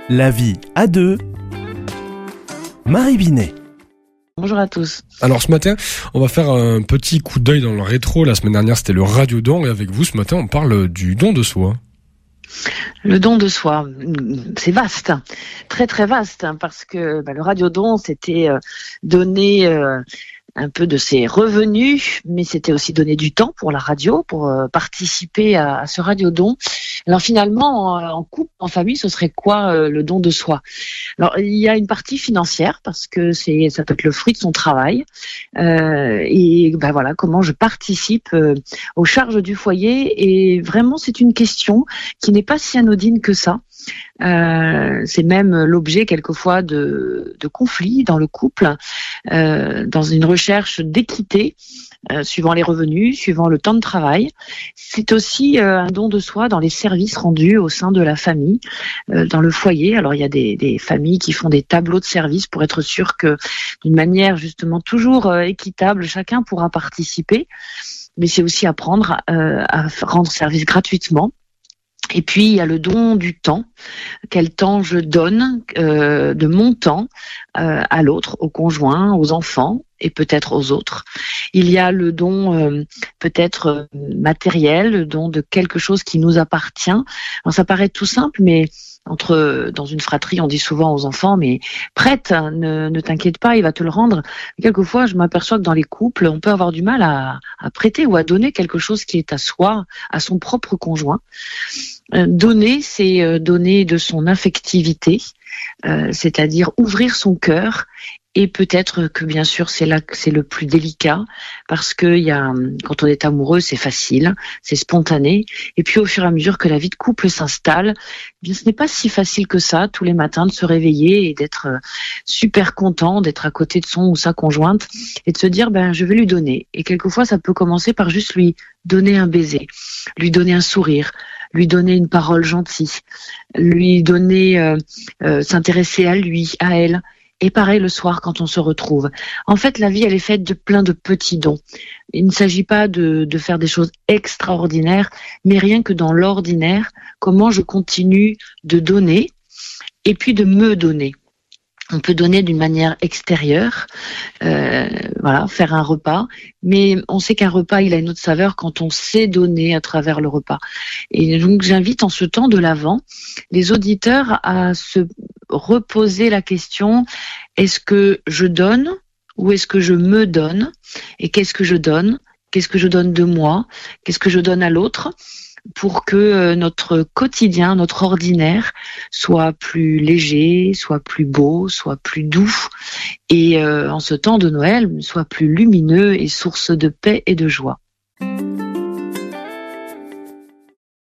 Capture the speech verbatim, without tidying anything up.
La vie à deux. Marie Binet. Bonjour à tous. Alors ce matin, on va faire un petit coup d'œil dans le rétro. La semaine dernière, c'était le radio-don. Et avec vous, ce matin, on parle du don de soi. Le don de soi, c'est vaste, très très vaste, parce que bah, le radio-don, c'était euh, donner euh, un peu de ses revenus, mais c'était aussi donner du temps pour la radio, pour euh, participer à, à ce radio-don. Alors finalement, en, en couple, en famille, ce serait quoi euh, le don de soi ? Alors il y a une partie financière, parce que c'est ça peut être le fruit de son travail, euh, et ben voilà comment je participe euh, aux charges du foyer. Et vraiment, c'est une question qui n'est pas si anodine que ça. Euh, c'est même l'objet quelquefois de, de conflits dans le couple, euh, dans une recherche d'équité, euh, suivant les revenus, suivant le temps de travail. C'est aussi euh, un don de soi dans les services rendus au sein de la famille, euh, dans le foyer. Alors il y a des, des familles qui font des tableaux de services pour être sûr que d'une manière justement toujours euh, équitable, chacun pourra participer. Mais c'est aussi apprendre euh, à rendre service gratuitement. Et puis, il y a le don du temps. Quel temps je donne euh, de mon temps euh, à l'autre, au conjoint, aux enfants et peut-être aux autres. Il y a le don euh, peut-être euh, matériel, le don de quelque chose qui nous appartient. Alors, ça paraît tout simple, mais entre dans une fratrie, on dit souvent aux enfants, mais prête, hein, ne, ne t'inquiète pas, il va te le rendre. Quelquefois, je m'aperçois que dans les couples, on peut avoir du mal à, à prêter ou à donner quelque chose qui est à soi, à son propre conjoint. Euh, donner, c'est euh, donner de son affectivité, euh, c'est-à-dire ouvrir son cœur. Et peut-être que bien sûr c'est là que c'est le plus délicat, parce que il y a quand on est amoureux c'est facile, c'est spontané, et puis au fur et à mesure que la vie de couple s'installe, eh bien ce n'est pas si facile que ça tous les matins de se réveiller et d'être super content d'être à côté de son ou sa conjointe et de se dire ben je vais lui donner. Et quelquefois ça peut commencer par juste lui donner un baiser, lui donner un sourire, lui donner une parole gentille, lui donner euh, euh, s'intéresser à lui, à elle. Et pareil le soir quand on se retrouve. En fait, la vie, elle est faite de plein de petits dons. Il ne s'agit pas de, de faire des choses extraordinaires, mais rien que dans l'ordinaire, comment je continue de donner et puis de me donner. On peut donner d'une manière extérieure, euh, voilà, faire un repas, mais on sait qu'un repas, il a une autre saveur quand on sait donner à travers le repas. Et donc, j'invite en ce temps de l'Avent les auditeurs à se reposer la question, est-ce que je donne ou est-ce que je me donne ? Et qu'est-ce que je donne ? Qu'est-ce que je donne de moi ? Qu'est-ce que je donne à l'autre ? Pour que notre quotidien, notre ordinaire, soit plus léger, soit plus beau, soit plus doux, et euh, en ce temps de Noël, soit plus lumineux et source de paix et de joie.